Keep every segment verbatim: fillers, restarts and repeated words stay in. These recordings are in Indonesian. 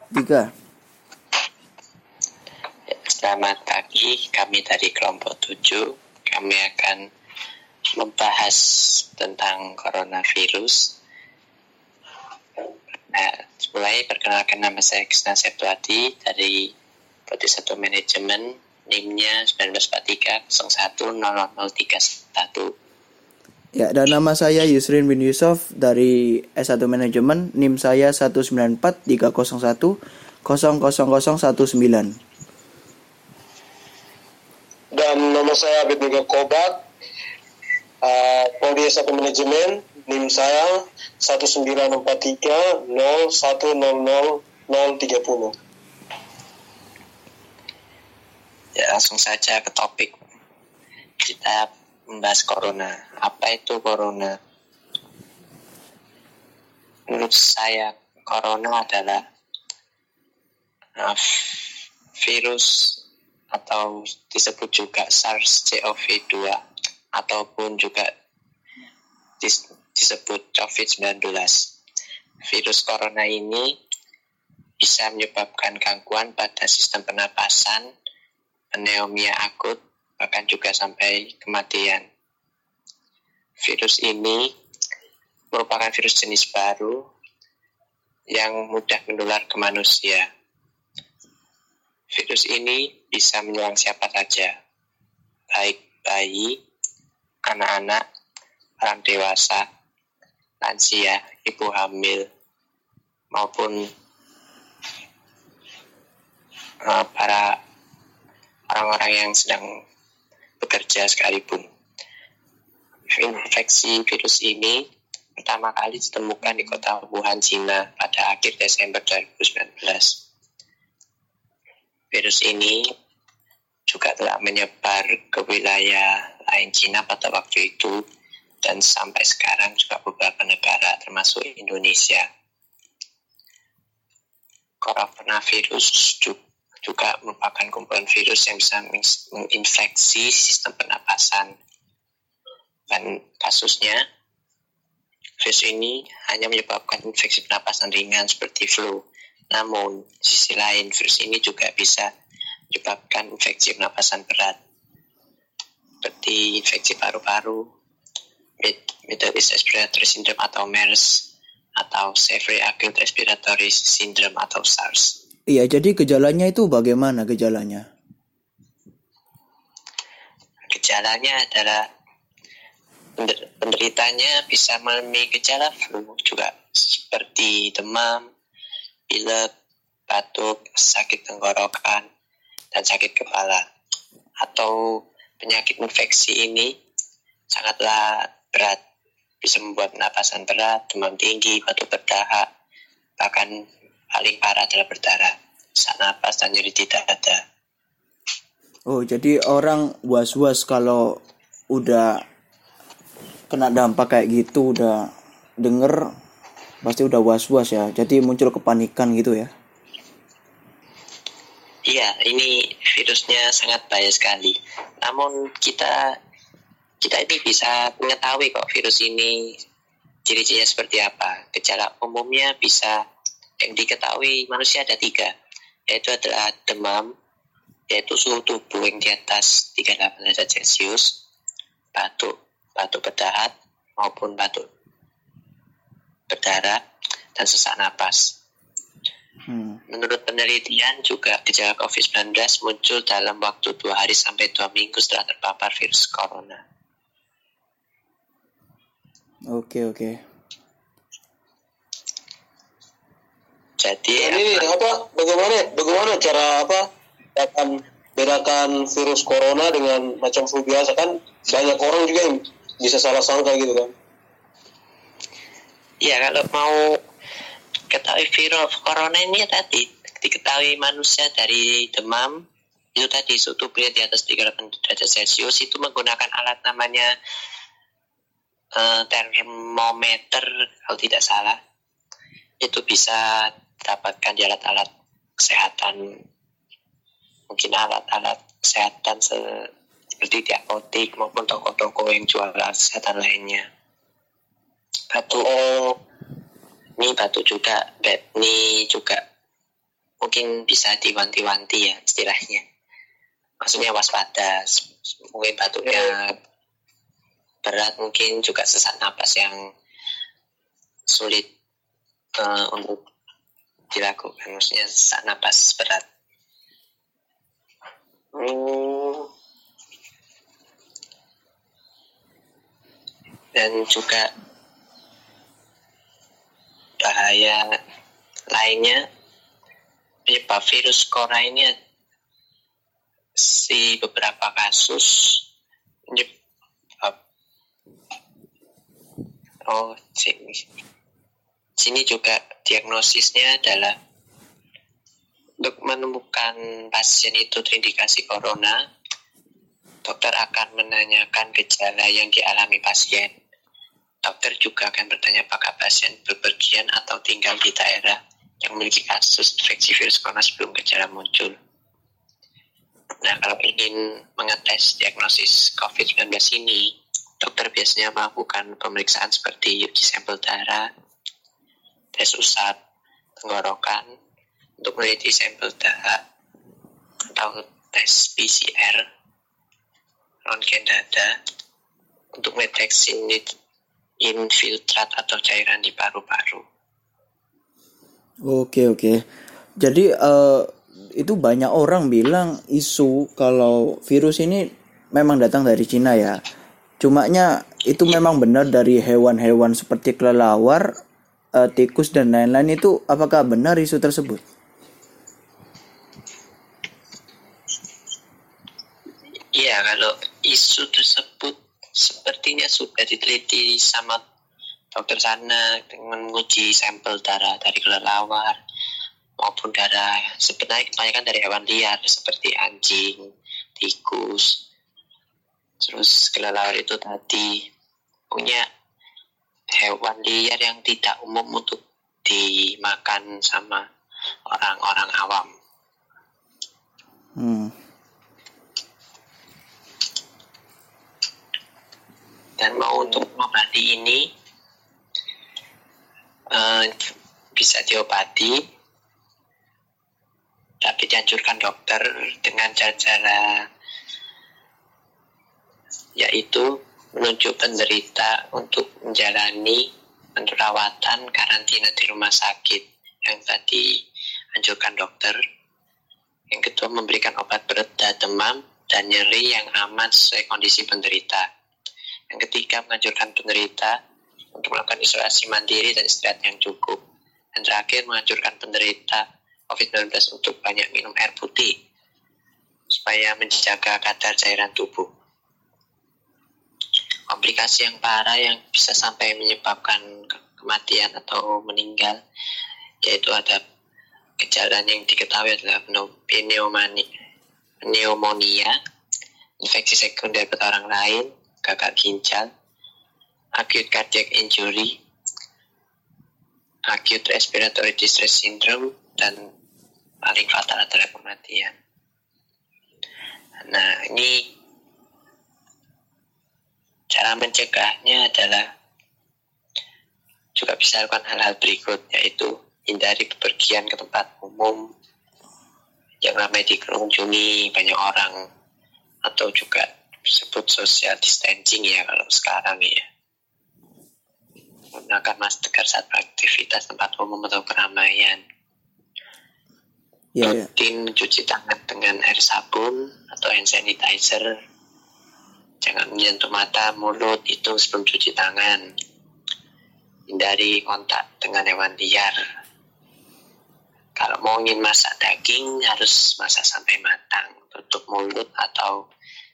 Tiga. Selamat pagi, kami dari kelompok tujuh. Kami akan membahas tentang coronavirus. Nah, mulai perkenalkan, nama saya Krisna Septuadi dari Prodi satu Manajemen, N I M-nya sembilan belas empat tiga nol satu nol nol tiga satu. Ya, dan nama saya Yusrin bin Yusuf dari S satu Manajemen, N I M saya satu sembilan empat tiga nol satu nol nol nol satu sembilan. Dan nama saya Abid Mega Kobat, uh, Prodi satu Manajemen, N I M saya satu sembilan empat tiga nol satu nol nol nol tiga nol. Ya, langsung saja ke topik. Kita membahas corona. Apa itu corona? Menurut saya, corona adalah uh, virus atau disebut juga SARS-C o V dua ataupun juga dis- disebut covid sembilan belas. Virus corona ini bisa menyebabkan gangguan pada sistem pernapasan, pneumonia akut, bahkan juga sampai kematian. Virus ini merupakan virus jenis baru yang mudah menular ke manusia. Virus ini bisa menyerang siapa saja, baik bayi, anak-anak, orang dewasa, lansia, ibu hamil, maupun uh, para orang-orang yang sedang bekerja sekalipun. Infeksi virus ini pertama kali ditemukan di kota Wuhan, Cina pada akhir Desember dua ribu sembilan belas. Virus ini juga telah menyebar ke wilayah lain Cina pada waktu itu dan sampai sekarang juga beberapa negara termasuk Indonesia. Coronavirus juga merupakan kumpulan virus yang bisa menginfeksi sistem pernapasan. Dan kasusnya, virus ini hanya menyebabkan infeksi pernapasan ringan seperti flu. Namun, sisi lain, virus ini juga bisa menyebabkan infeksi pernapasan berat, seperti infeksi paru-paru, Middle East Respiratory Syndrome atau MERS, atau Severe Acute Respiratory Syndrome atau SARS. Iya, jadi gejalanya itu bagaimana gejalanya? Gejalanya adalah penderitanya bisa mengalami gejala flu juga seperti demam, pilek, batuk, sakit tenggorokan, dan sakit kepala. Atau penyakit infeksi ini sangatlah berat, bisa membuat pernapasan berat, demam tinggi, batuk berdahak, bahkan paling parah adalah berdarah, sesak napas dan nyeri di dada. Oh, jadi orang was-was kalau udah kena dampak kayak gitu, udah denger pasti udah was-was ya. Jadi muncul kepanikan gitu ya. Iya, ini virusnya sangat bahaya sekali. Namun kita kita ini bisa mengetahui kok virus ini ciri-cirinya seperti apa. Gejala umumnya bisa yang diketahui manusia ada tiga, yaitu adalah demam, yaitu suhu tubuh yang di atas tiga puluh delapan derajat Celcius, batuk, batuk berdahak maupun batuk berdarah, dan sesak napas. Hmm. Menurut penelitian juga gejala covid sembilan belas muncul dalam waktu dua hari sampai dua minggu setelah terpapar virus corona. Oke oke. Jadi ini apa, apa bagaimana bagaimana cara apa akan bedakan virus corona dengan macam flu biasa, kan banyak orang juga yang bisa salah sangka gitu kan. Ya, kalau mau ketahui virus corona ini tadi diketahui manusia dari demam, itu tadi suhu tubuhnya di atas tiga puluh delapan derajat Celcius, itu menggunakan alat namanya uh, termometer kalau tidak salah. Itu bisa dapatkan di alat-alat kesehatan, mungkin alat-alat kesehatan se- seperti di apotek maupun toko-toko yang jual alat kesehatan lainnya. Batuk, oh, ini batuk juga, ini juga mungkin bisa diwanti-wanti ya istilahnya. Maksudnya waspada, mungkin batuknya berat, mungkin juga sesak napas yang sulit uh, untuk dilakukan, maksudnya sesak napas berat. Hmm. Dan juga bahaya lainnya, penyebab virus Corona ini si beberapa kasus penyebab oh sini sini juga diagnosisnya adalah untuk menemukan pasien itu terindikasi corona, dokter akan menanyakan gejala yang dialami pasien. Dokter juga akan bertanya apakah pasien bepergian atau tinggal di daerah yang memiliki kasus infeksi virus corona sebelum gejala muncul. Nah, kalau ingin mengetes diagnosis covid sembilan belas ini, dokter biasanya melakukan pemeriksaan seperti uji sampel darah, tes usap tenggorokan untuk meneliti sampel darah, atau tes P C R, ronggen dada, untuk mendeteksi infiltrat atau cairan di paru-paru. Oke oke. Jadi uh, itu banyak orang bilang isu kalau virus ini memang datang dari Cina ya. Cumanya itu memang benar dari hewan-hewan seperti kelelawar, uh, tikus dan lain-lain. Itu apakah benar isu tersebut? Iya, kalau isu tersebut sepertinya sudah diteliti sama dokter sana dengan menguji sampel darah dari kelelawar maupun darah sebenarnya kebanyakan dari hewan liar seperti anjing, tikus, terus kelelawar itu tadi punya hewan liar yang tidak umum untuk dimakan sama orang-orang awam. Hmm. Dan mau untuk mengobati ini uh, bisa diobati, tapi dianjurkan dokter dengan cara-cara yaitu menunjuk penderita untuk menjalani perawatan karantina di rumah sakit yang tadi anjurkan dokter. Yang kedua, memberikan obat pereda demam dan nyeri yang aman sesuai kondisi penderita. Yang ketiga, menganjurkan penderita untuk melakukan isolasi mandiri dan istirahat yang cukup. Dan terakhir, menganjurkan penderita covid sembilan belas untuk banyak minum air putih supaya menjaga kadar cairan tubuh. Komplikasi yang parah yang bisa sampai menyebabkan kematian atau meninggal yaitu ada gejala yang diketahui adalah pneumonia, pneumonia, infeksi sekunder pada orang lain, gagal ginjal, acute cardiac injury, acute respiratory distress syndrome, dan paling fatal adalah kematian. Nah, ini cara mencegahnya adalah juga bisa lakukan hal-hal berikut, yaitu hindari bepergian ke tempat umum yang ramai dikunjungi banyak orang, atau juga disebut social distancing ya kalau sekarang ya. Menggunakan masker saat beraktivitas tempat umum atau keramaian. Ya, ya. Rutin cuci tangan dengan air sabun atau hand sanitizer. Jangan menyentuh mata, mulut itu sebelum cuci tangan. Hindari kontak dengan hewan liar. Kalau mau ingin masak daging harus masak sampai matang. Tutup mulut atau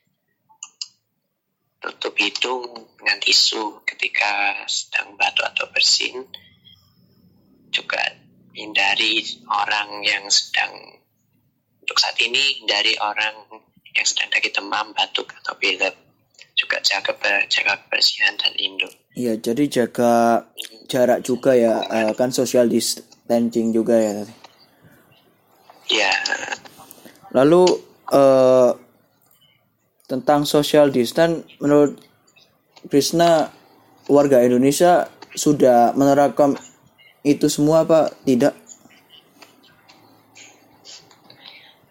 tutup hidung dengan tisu ketika sedang batuk atau bersin. Juga hindari orang yang sedang, untuk saat ini hindari orang yang sedang sakit demam, batuk atau pilek. Juga jaga jaga kebersihan dan lindung. Iya, jadi jaga jarak juga ya, uh, kan social distancing juga ya tadi. Ya. Lalu uh, tentang social distance, menurut Krishna, warga Indonesia sudah menerapkan itu semua apa tidak?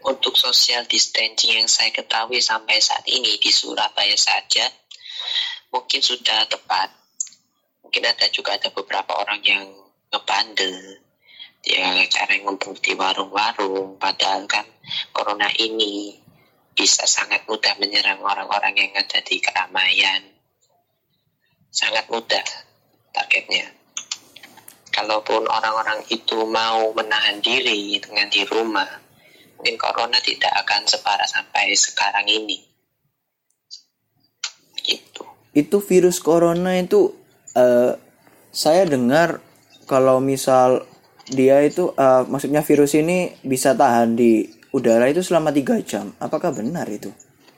untuk social distancing yang saya ketahui sampai saat ini di Surabaya saja mungkin sudah tepat. Mungkin ada juga ada beberapa orang yang ngebandel, ya cara ngumpul di warung-warung, padahal kan corona ini bisa sangat mudah menyerang orang-orang yang ada di keramaian. Sangat mudah targetnya. Kalaupun orang-orang itu mau menahan diri dengan di rumah, mungkin corona tidak akan separah sampai sekarang ini. Gitu. Itu virus corona itu uh, saya dengar kalau misal dia itu uh, maksudnya virus ini bisa tahan di udara itu selama tiga jam. Apakah benar itu?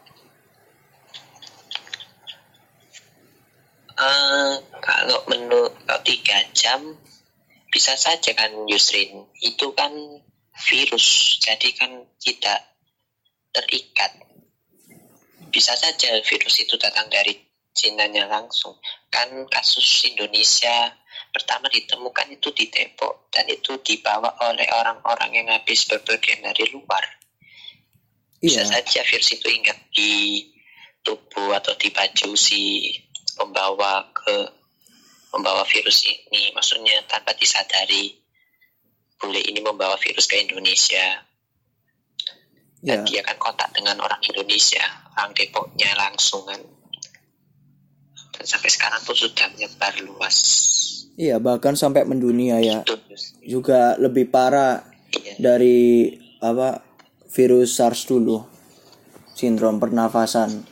Uh, kalau menurut tiga jam bisa saja kan Yusrin, itu kan virus, jadi kan tidak terikat. Bisa saja virus itu datang dari Cina-nya langsung. Kan kasus Indonesia pertama ditemukan itu di Depok, dan itu dibawa oleh orang-orang yang habis bepergian dari luar. Bisa Iya. saja virus itu ingat di tubuh atau di baju si pembawa ke membawa virus ini, maksudnya tanpa disadari bule ini membawa virus ke Indonesia. Dan Ya. dia kan kontak dengan orang Indonesia, orang Depoknya langsung kan. Dan sampai sekarang pun sudah menyebar luas. Iya, bahkan sampai mendunia ya. Itu. Juga lebih parah Iya. dari apa virus SARS dulu. Sindrom pernafasan.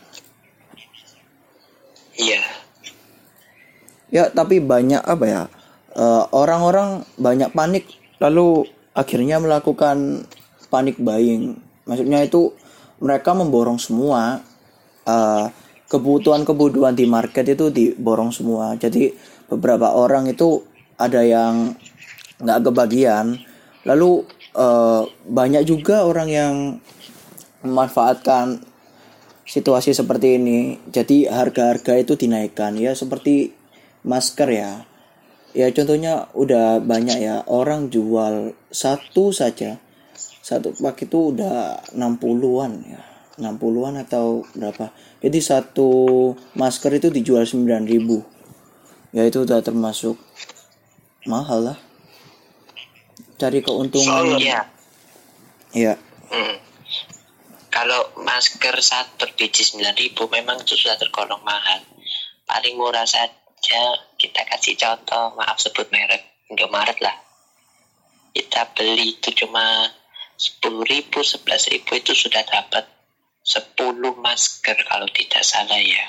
Iya. Ya, tapi banyak apa ya? Uh, orang-orang banyak panik lalu akhirnya melakukan panic buying. Maksudnya itu mereka memborong semua uh, kebutuhan-kebutuhan di market itu diborong semua. Jadi beberapa orang itu ada yang nggak kebagian. Lalu uh, banyak juga orang yang memanfaatkan situasi seperti ini. Jadi harga-harga itu dinaikkan. Ya seperti masker ya. Ya contohnya udah banyak ya orang jual satu saja. Satu pak itu udah enam puluhan ya. enam puluhan atau berapa. Jadi satu masker itu dijual sembilan ribu. Ya itu udah termasuk mahal lah. Cari keuntungan. Iya. Iya. Hmm. Kalau masker satu biji sembilan ribu memang itu sudah tergolong mahal. Paling murah saja kita kasih contoh, maaf sebut merek, Indomaret lah. Kita beli itu cuma sepuluh ribu, sebelas ribu itu sudah dapat sepuluh masker kalau tidak salah ya.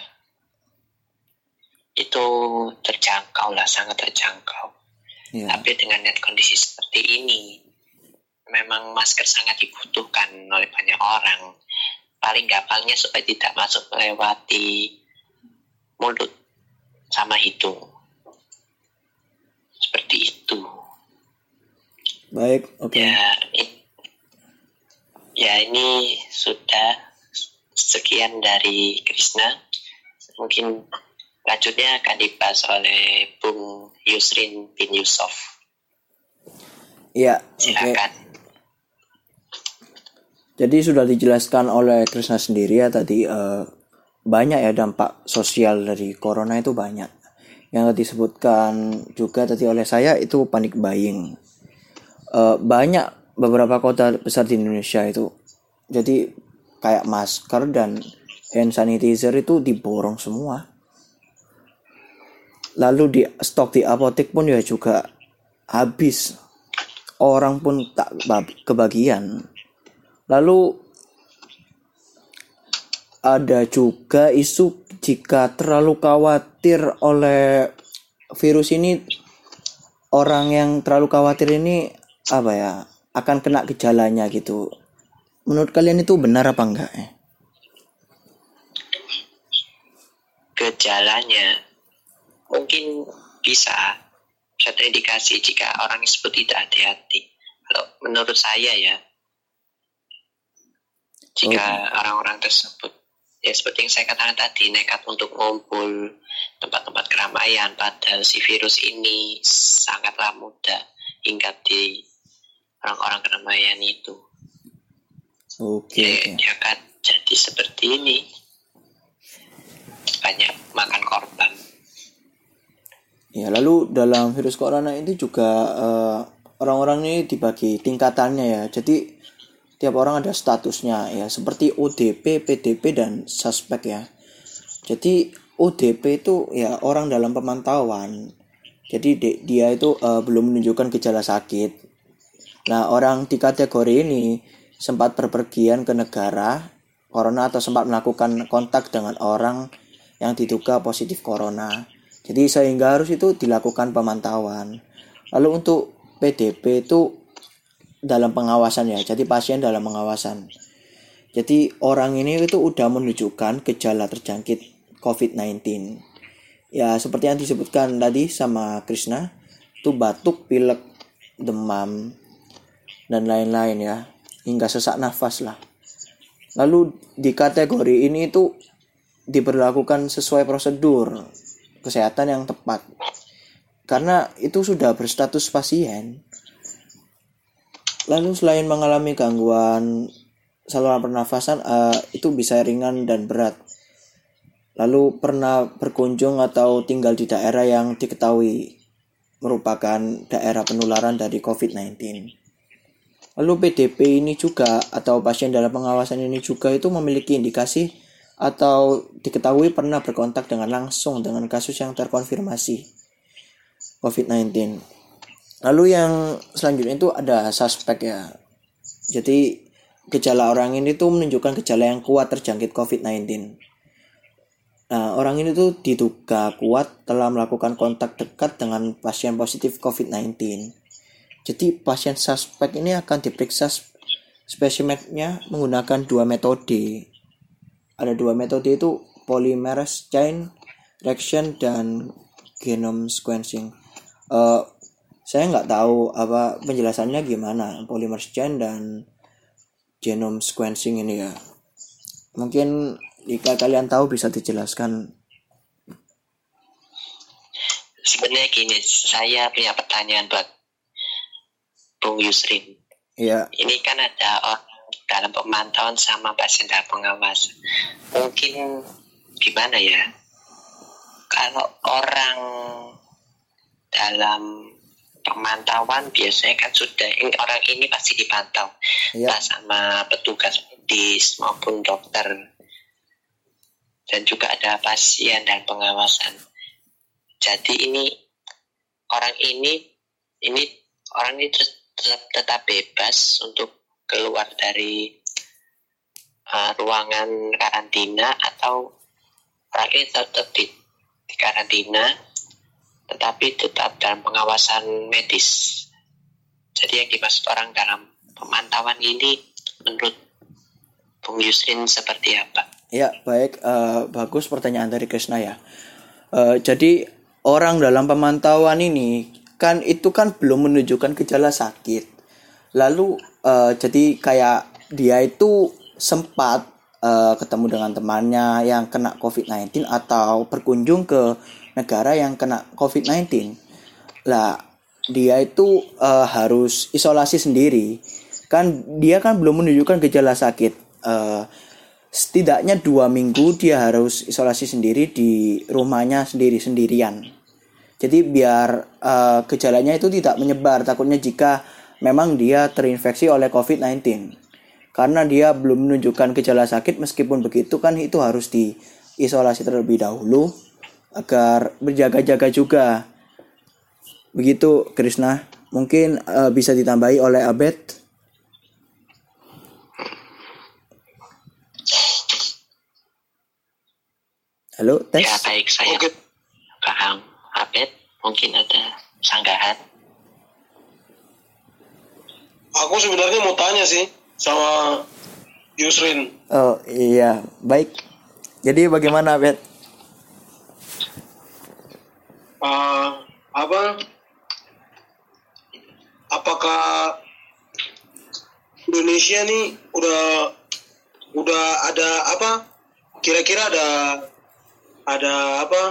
Itu terjangkau lah, sangat terjangkau. Ya. Tapi dengan lihat kondisi seperti ini, memang masker sangat dibutuhkan oleh banyak orang. Paling gampangnya supaya tidak masuk melewati mulut sama hidung. Seperti itu. Baik, oke. Okay. Ya, ini, ya ini sudah sekian dari Krishna. Mungkin lanjutnya akan dibahas oleh Bung Yusrin bin Yusof. Iya, silakan. Okay. Jadi sudah dijelaskan oleh Krishna sendiri ya tadi uh, banyak ya dampak sosial dari corona itu banyak. Yang disebutkan juga tadi oleh saya itu panic buying. Uh, banyak beberapa kota besar di Indonesia itu. Jadi kayak masker dan hand sanitizer itu diborong semua. Lalu di stok di apotek pun ya juga habis. Orang pun tak kebagian. Lalu ada juga isu jika terlalu khawatir oleh virus ini, orang yang terlalu khawatir ini apa ya akan kena gejalanya gitu. Menurut kalian itu benar apa enggak? Eh? Gejalanya mungkin bisa bisa terindikasi jika orang tersebut tidak hati-hati. Kalau menurut saya ya, jika oh. orang-orang tersebut ya seperti yang saya katakan tadi nekat untuk ngumpul tempat-tempat keramaian, padahal si virus ini sangatlah mudah hinggap di orang-orang keramaian itu. Oke. Ya, ya kan jadi seperti ini. Banyak makan korban. Ya, lalu dalam virus corona ini juga uh, orang-orang ini dibagi tingkatannya ya. Jadi tiap orang ada statusnya ya, seperti O D P, P D P dan suspek ya. Jadi O D P itu ya orang dalam pemantauan. Jadi de- dia itu uh, belum menunjukkan gejala sakit. Nah, orang di kategori ini sempat berpergian ke negara corona atau sempat melakukan kontak dengan orang yang diduga positif corona. Jadi sehingga harus itu dilakukan pemantauan. Lalu untuk P D P itu dalam pengawasan ya, jadi pasien dalam pengawasan. Jadi orang ini itu udah menunjukkan gejala terjangkit covid sembilan belas. Ya seperti yang disebutkan tadi sama Krishna, itu batuk, pilek, demam, dan lain-lain ya, hingga sesak nafas lah. Lalu di kategori ini itu diberlakukan sesuai prosedur kesehatan yang tepat, karena itu sudah berstatus pasien. Lalu selain mengalami gangguan saluran pernafasan, uh, itu bisa ringan dan berat. Lalu pernah berkunjung atau tinggal di daerah yang diketahui merupakan daerah penularan dari covid sembilan belas. Lalu P D P ini juga atau pasien dalam pengawasan ini juga itu memiliki indikasi atau diketahui pernah berkontak dengan langsung dengan kasus yang terkonfirmasi covid sembilan belas. Lalu yang selanjutnya itu ada suspek ya. Jadi gejala orang ini tuh menunjukkan gejala yang kuat terjangkit covid sembilan belas. Nah, orang ini tuh diduga kuat telah melakukan kontak dekat dengan pasien positif covid sembilan belas. Jadi pasien suspek ini akan diperiksa spesimennya menggunakan dua metode. Ada dua metode itu polymerase chain reaction dan genome sequencing. Uh, saya nggak tahu apa penjelasannya gimana polymerase chain dan genome sequencing ini ya. Mungkin jika kalian tahu bisa dijelaskan. Sebenarnya gini, saya punya pertanyaan buat Bung Yusrin. Iya. Ini kan ada orang dalam pemantauan sama pasien dalam pengawasan. Mungkin gimana ya? Kalau orang dalam pemantauan biasanya kan sudah ini orang ini pasti dipantau ya. sama petugas medis maupun dokter, dan juga ada pasien dan pengawasan. Jadi ini orang ini ini orang ini tetap, tetap bebas untuk keluar dari uh, ruangan karantina, atau orang ini tetap di, di karantina tetapi tetap dalam pengawasan medis. Jadi yang dimaksud orang dalam pemantauan ini menurut Bung Yusrin seperti apa? Ya, baik, uh, bagus pertanyaan dari Krishna ya. Uh, jadi orang dalam pemantauan ini kan itu kan belum menunjukkan gejala sakit. Lalu uh, jadi kayak dia itu sempat uh, ketemu dengan temannya yang kena covid sembilan belas atau berkunjung ke negara yang kena covid sembilan belas. Lah, dia itu uh, harus isolasi sendiri. Kan dia kan belum menunjukkan gejala sakit. Uh, setidaknya dua minggu dia harus isolasi sendiri di rumahnya sendiri-sendirian. Jadi biar uh, gejalanya itu tidak menyebar. Takutnya jika memang dia terinfeksi oleh covid sembilan belas. Karena dia belum menunjukkan gejala sakit, meskipun begitu kan itu harus diisolasi terlebih dahulu agar berjaga-jaga juga. Begitu Krishna. Mungkin uh, bisa ditambahi oleh Abed. Halo, tes. Ya baik, saya Oke. paham. Abed, mungkin ada sanggahan. Aku sebenarnya mau tanya sih sama Yusrin. Oh iya, baik. Jadi bagaimana Abed? Uh, apa? Apakah Indonesia nih udah udah ada apa? Kira-kira ada ada apa?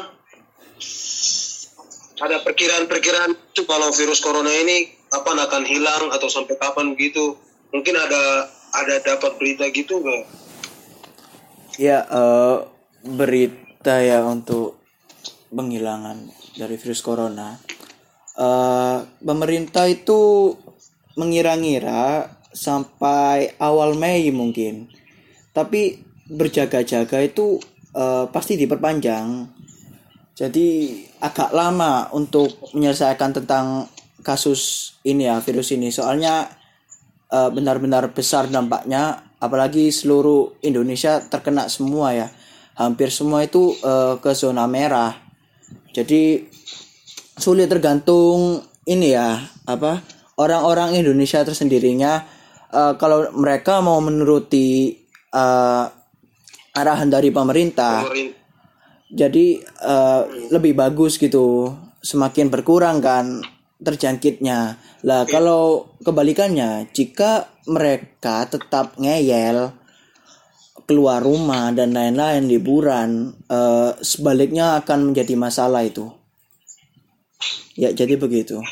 Ada perkiraan-perkiraan itu kalau virus corona ini kapan akan hilang atau sampai kapan begitu? Mungkin ada ada dapat berita gitu nggak? Ya, uh, berita ya untuk penghilangan dari virus corona. Uh, pemerintah itu mengira-ngira sampai awal Mei mungkin. Tapi berjaga-jaga itu uh, pasti diperpanjang. Jadi agak lama untuk menyelesaikan tentang kasus ini ya, virus ini. Soalnya uh, benar-benar besar dampaknya. Apalagi seluruh Indonesia terkena semua ya, hampir semua itu uh, ke zona merah. Jadi sulit, tergantung ini ya, apa orang-orang Indonesia tersendirinya. Uh, kalau mereka mau menuruti uh, arahan dari pemerintah, Pemerintah. jadi uh, lebih bagus gitu, semakin berkurang kan terjangkitnya. Lah kalau kebalikannya, jika mereka tetap ngeyel keluar rumah dan lain-lain liburan, eh, sebaliknya akan menjadi masalah itu. Ya, jadi begitu.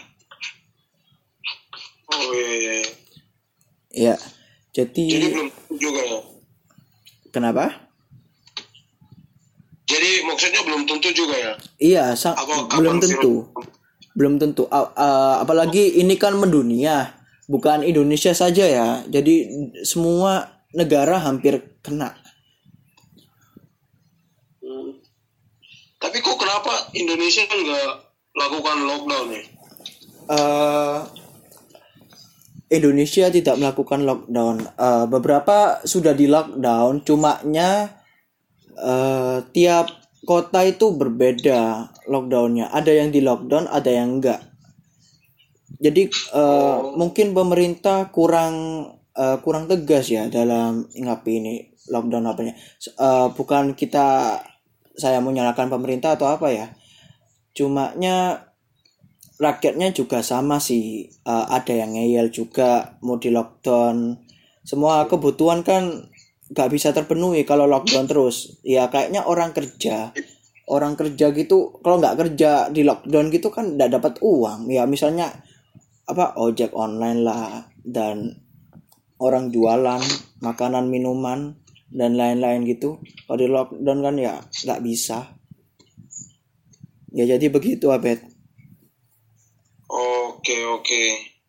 Oh iya iya. Ya, jadi, Jadi belum tentu juga ya. Kenapa? Jadi maksudnya belum tentu juga ya. Iya, sang, Apa, belum kapan tentu. Belum tentu. A- a- apalagi ini kan mendunia, bukan Indonesia saja ya. Jadi semua negara hampir kena. Hmm. Tapi kok kenapa Indonesia nggak lakukan lockdown ya? Uh, Indonesia tidak melakukan lockdown. Uh, beberapa sudah di lockdown, cumanya uh, tiap kota itu berbeda lockdownnya. Ada yang di lockdown, ada yang enggak. Jadi uh, oh. mungkin pemerintah kurang uh, kurang tegas ya dalam ngapi ini lockdown apanya. Uh, bukan kita saya mau nyalakan pemerintah atau apa ya. Cumanya rakyatnya juga sama sih. Uh, ada yang ngeyel juga mau di lockdown. Semua kebutuhan kan gak bisa terpenuhi kalau lockdown terus. Ya kayaknya orang kerja Orang kerja gitu, kalau gak kerja di lockdown gitu kan gak dapat uang. Ya misalnya apa ojek online lah, dan orang jualan makanan minuman dan lain-lain gitu. Kalau di lockdown kan ya gak bisa. Ya jadi begitu Abed. Oke oke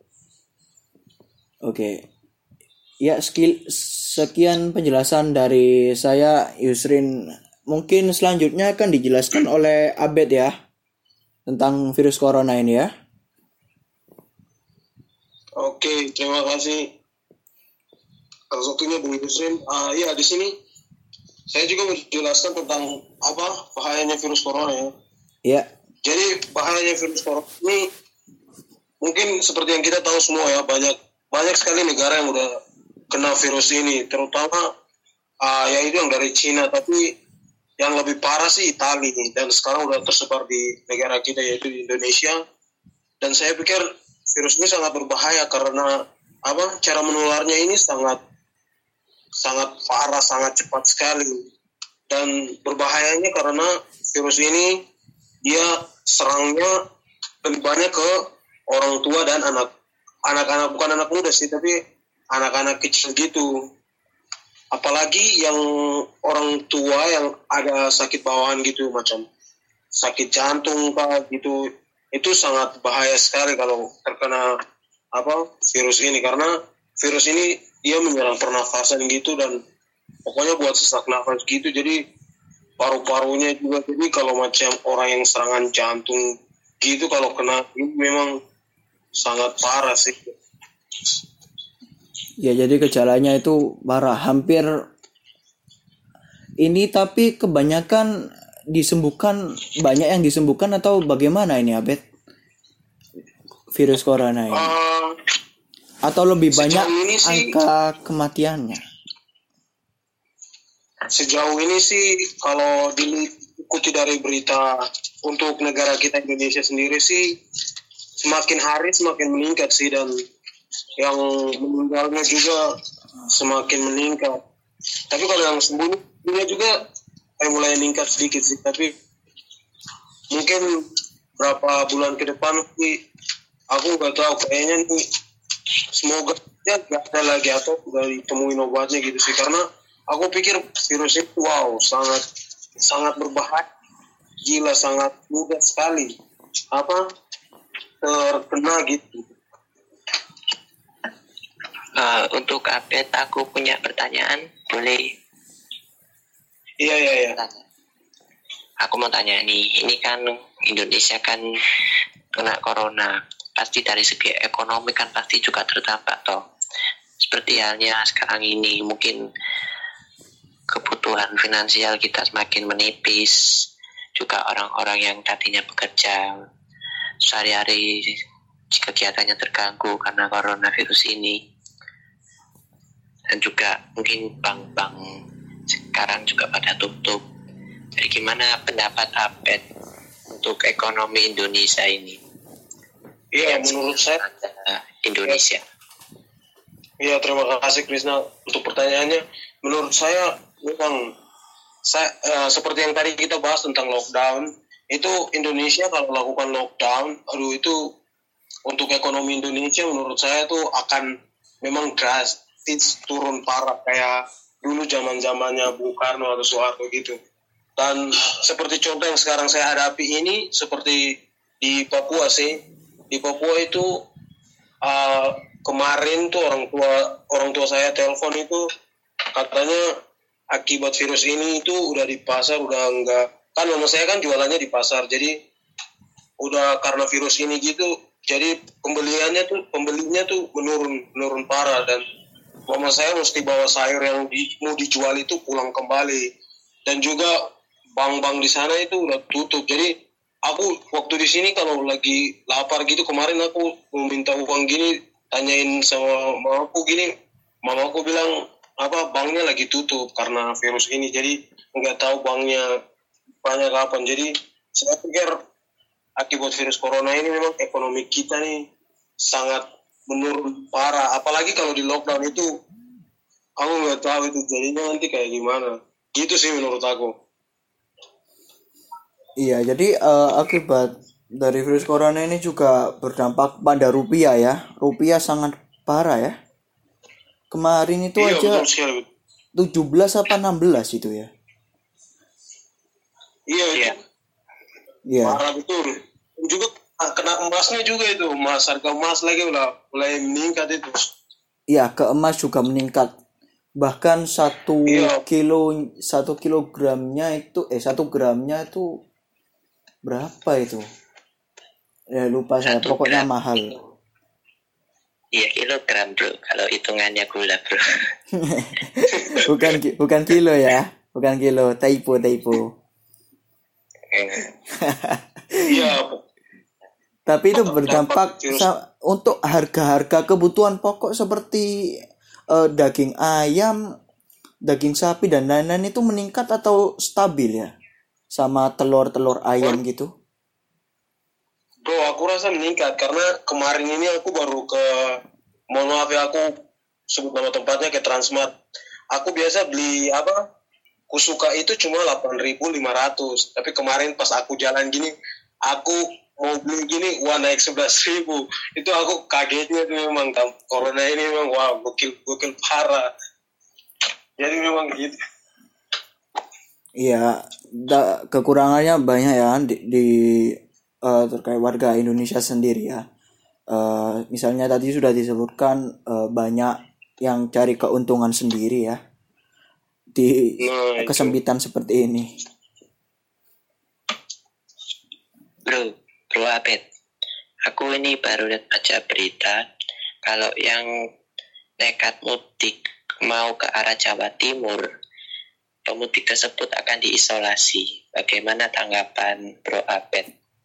Oke. Ya skill sekian penjelasan dari saya, Yusrin. Mungkin selanjutnya akan dijelaskan oleh Abed ya tentang virus corona ini ya. Oke, terima kasih atas waktunya Bung Yusrin. Uh, ya di sini saya juga menjelaskan tentang apa bahayanya virus corona ya. Ya. Jadi bahayanya virus corona ini mungkin seperti yang kita tahu semua ya, banyak banyak sekali negara yang udah kena virus ini, terutama uh, ya itu yang dari Cina, tapi yang lebih parah sih Italia nih, dan sekarang udah tersebar di negara kita yaitu di Indonesia. Dan saya pikir virus ini sangat berbahaya karena apa? Cara menularnya ini sangat sangat parah, sangat cepat sekali. Dan berbahayanya karena virus ini dia serangnya lebih banyak ke orang tua dan anak anak-anak bukan anak muda sih, tapi anak-anak kecil gitu. Apalagi yang orang tua yang ada sakit bawaan gitu, macam sakit jantung kah gitu, itu sangat bahaya sekali kalau terkena apa virus ini, karena virus ini dia menyerang pernafasan gitu, dan pokoknya buat sesak nafas gitu. Jadi paru-parunya juga, jadi kalau macam orang yang serangan jantung gitu kalau kena ini memang sangat parah sih. Ya jadi gejalanya itu parah, hampir ini, tapi kebanyakan disembuhkan, banyak yang disembuhkan atau bagaimana ini Abed? Virus corona ini. Uh, atau lebih banyak sih, angka kematiannya? Sejauh ini sih kalau diikuti dari berita untuk negara kita Indonesia sendiri sih semakin hari semakin meningkat sih, dan yang meninggalnya juga semakin meningkat. Tapi kalau yang sembuhnya juga eh, mulai meningkat sedikit sih. Tapi mungkin berapa bulan ke depan sih aku nggak tahu. Kayaknya nih semoga ya nggak ada lagi atau udah ditemuin obatnya gitu sih, karena aku pikir virus itu wow sangat sangat berbahaya, gila sangat mudah sekali apa terkena gitu. Uh, untuk update aku punya pertanyaan, boleh? Iya iya iya. Aku mau tanya nih, ini kan Indonesia kan kena corona, pasti dari segi ekonomi kan pasti juga terdampak toh. Seperti halnya sekarang ini mungkin kebutuhan finansial kita semakin menipis, juga orang-orang yang tadinya bekerja sehari-hari kegiatannya terganggu karena coronavirus ini, dan juga mungkin bank-bank sekarang juga pada tutup. Jadi gimana pendapat Abed untuk ekonomi Indonesia ini? Iya, menurut saya Indonesia. Iya, terima kasih Krisna untuk pertanyaannya. Menurut saya memang saya eh, seperti yang tadi kita bahas tentang lockdown, itu Indonesia kalau melakukan lockdown, aduh itu untuk ekonomi Indonesia menurut saya itu akan memang drastis turun parah kayak dulu zaman-zamannya Bung Karno atau Soeharto gitu. Dan seperti contoh yang sekarang saya hadapi ini seperti di Papua sih. Di Papua itu uh, kemarin tuh orang tua orang tua saya telepon itu katanya akibat virus ini itu udah di pasar udah enggak, kan mama saya kan jualannya di pasar, jadi udah karena virus ini gitu jadi pembeliannya tuh pembelinya tuh menurun menurun parah, dan mama saya mesti bawa sayur yang di, mau dijual itu pulang kembali, dan juga bank-bank di sana itu udah tutup. Jadi aku waktu di sini kalau lagi lapar gitu, kemarin aku mau minta uang gini, tanyain sama mamaku gini, mamaku bilang apa banknya lagi tutup karena virus ini, jadi nggak tahu banknya banyak kapan. Jadi saya pikir akibat virus corona ini memang ekonomi kita nih sangat menurun parah, apalagi kalau di lockdown itu aku nggak tahu itu jadinya nanti kayak gimana gitu sih menurut aku. Iya, jadi uh, akibat dari virus corona ini juga berdampak pada rupiah ya. Rupiah sangat parah ya. Kemarin itu Iya, aja betul sekali. tujuh belas apa enam belas itu ya. Iya, iya. Iya. Parah betul. Juga kena emasnya juga itu, emas harga emas lagi udah mulai meningkat itu. Iya, ke emas juga meningkat. Bahkan satu Iya. kilo satu kilogramnya itu eh satu gramnya itu berapa itu? Ya lupa saya, Satu pokoknya gram. mahal. Iya, kilogram bro, kalau hitungannya gula bro. bukan bukan kilo ya, bukan kilo, typo typo. Iya. Tapi itu berdampak sa- untuk harga-harga kebutuhan pokok seperti uh, daging ayam, daging sapi dan lain-lain itu meningkat atau stabil ya? Sama telur-telur ayam Bro, gitu. Bro, aku rasa meningkat karena kemarin ini aku baru ke, mohon maaf ya aku sebut nama tempatnya, ke Transmart. Aku biasa beli apa? Kusuka itu cuma delapan ribu lima ratus. Tapi kemarin pas aku jalan gini, aku mau beli gini, wah naik sebelas ribu. Itu aku kagetnya tuh memang, corona ini memang wah gokil gokil parah. Jadi memang gitu. Iya, da- kekurangannya banyak ya di, di uh, terkait warga Indonesia sendiri ya. Uh, misalnya tadi sudah disebutkan uh, banyak yang cari keuntungan sendiri ya di Nah, kesempitan seperti ini. Bro, bro Abed, aku ini baru lihat baca berita kalau yang nekat mudik mau ke arah Jawa Timur, pemudik tersebut akan diisolasi. Bagaimana tanggapan bro Abed?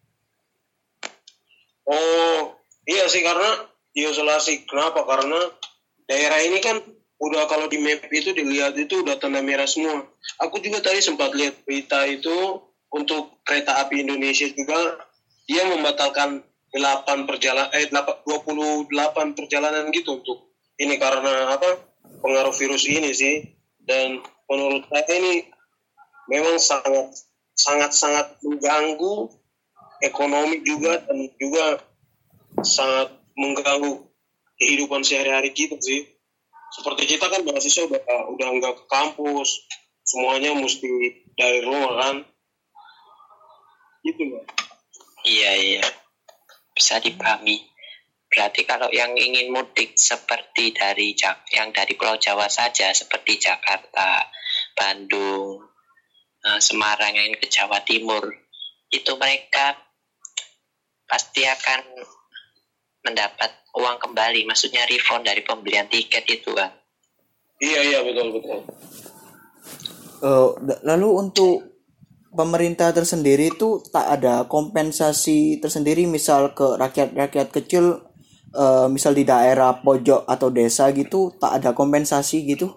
Oh, iya sih, karena diisolasi. Kenapa? Karena daerah ini kan udah kalau di map itu dilihat itu udah tanda merah semua. Aku juga tadi sempat lihat berita itu untuk kereta api Indonesia juga, dia membatalkan delapan perjalanan eh dua puluh delapan perjalanan gitu untuk ini karena apa? Pengaruh virus ini sih. Dan menurut saya ini memang sangat sangat sangat mengganggu ekonomi juga, dan juga sangat mengganggu kehidupan sehari-hari kita sih. Seperti kita kan mahasiswa udah udah nggak ke kampus, semuanya mesti dari rumah kan, gitu Mbak. Iya iya, bisa dipahami. Berarti kalau yang ingin mudik seperti dari Jak yang dari Pulau Jawa saja, seperti Jakarta, Bandung, eh, Semarang, yang ingin ke Jawa Timur, itu mereka pasti akan mendapat uang kembali, maksudnya refund dari pembelian tiket itu kan. Iya iya betul betul. Uh, lalu untuk pemerintah tersendiri itu tak ada kompensasi tersendiri, misal ke rakyat-rakyat kecil, uh, misal di daerah pojok atau desa gitu, tak ada kompensasi gitu?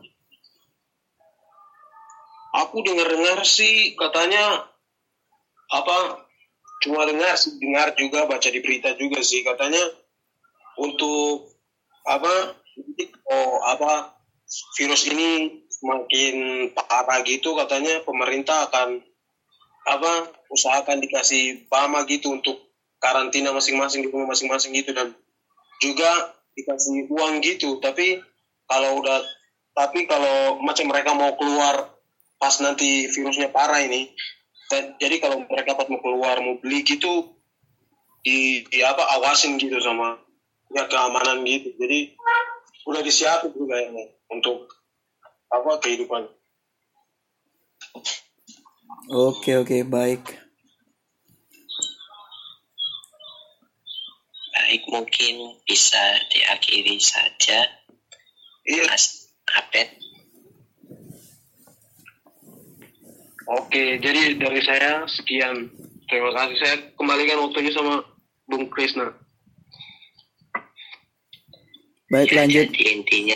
Aku dengar-dengar sih katanya apa, cuma dengar sih, dengar juga, baca di berita juga sih katanya untuk apa, oh apa virus ini semakin parah gitu, katanya pemerintah akan apa usahakan dikasih pama gitu untuk karantina masing-masing di rumah masing-masing gitu, dan juga dikasih uang gitu. Tapi kalau udah tapi kalau macam mereka mau keluar pas nanti virusnya parah ini, dan, jadi kalau mereka pas mau keluar mau beli gitu di, di apa awasin gitu sama ya keamanan gitu. Jadi udah disiapin juga ini untuk apa kehidupan. Oke oke baik. Baik, mungkin bisa diakhiri saja. Iya. Mas Abed. Oke, jadi dari saya sekian. Terima kasih. Saya kembalikan waktunya sama Bung Krisna. Baik, Ya, lanjut. Jadi intinya,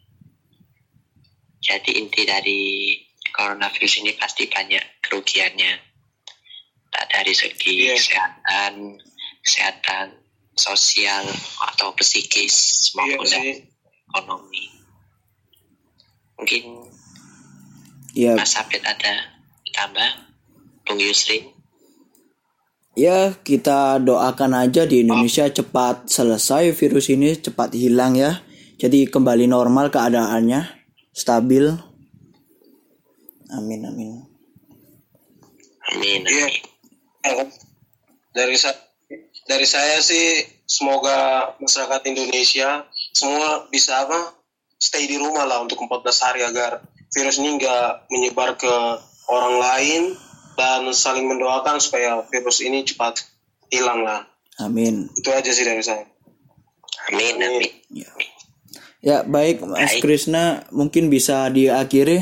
jadi inti dari coronavirus ini pasti banyak kerugiannya. Tak dari segi Yeah. kesehatan, kesehatan sosial atau psikis maupun Iya dari sih. ekonomi. Mungkin Ya, Mas Abed ada tambah, Bung Yusri. ya kita doakan aja di Indonesia cepat selesai virus ini, cepat hilang ya. Jadi kembali normal keadaannya, stabil. Amin amin. Amin, Iya. amin. Dari saya dari saya sih semoga masyarakat Indonesia semua bisa apa stay di rumah lah untuk empat belas hari agar virus ini nggak menyebar ke orang lain, dan saling mendoakan supaya virus ini cepat hilang lah. Amin. Itu aja sih dari saya. Amin, amin. Ya, ya baik Mas Baik. Krisna, mungkin bisa diakhiri.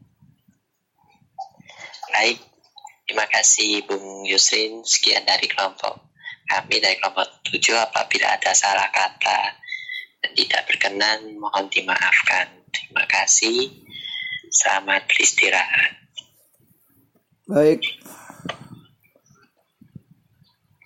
Baik, terima kasih Bung Yusrin. Sekian dari kelompok kami, dari kelompok tujuh. Apabila ada salah kata dan tidak berkenan, mohon dimaafkan. Terima kasih. Selamat beristirahat. Baik.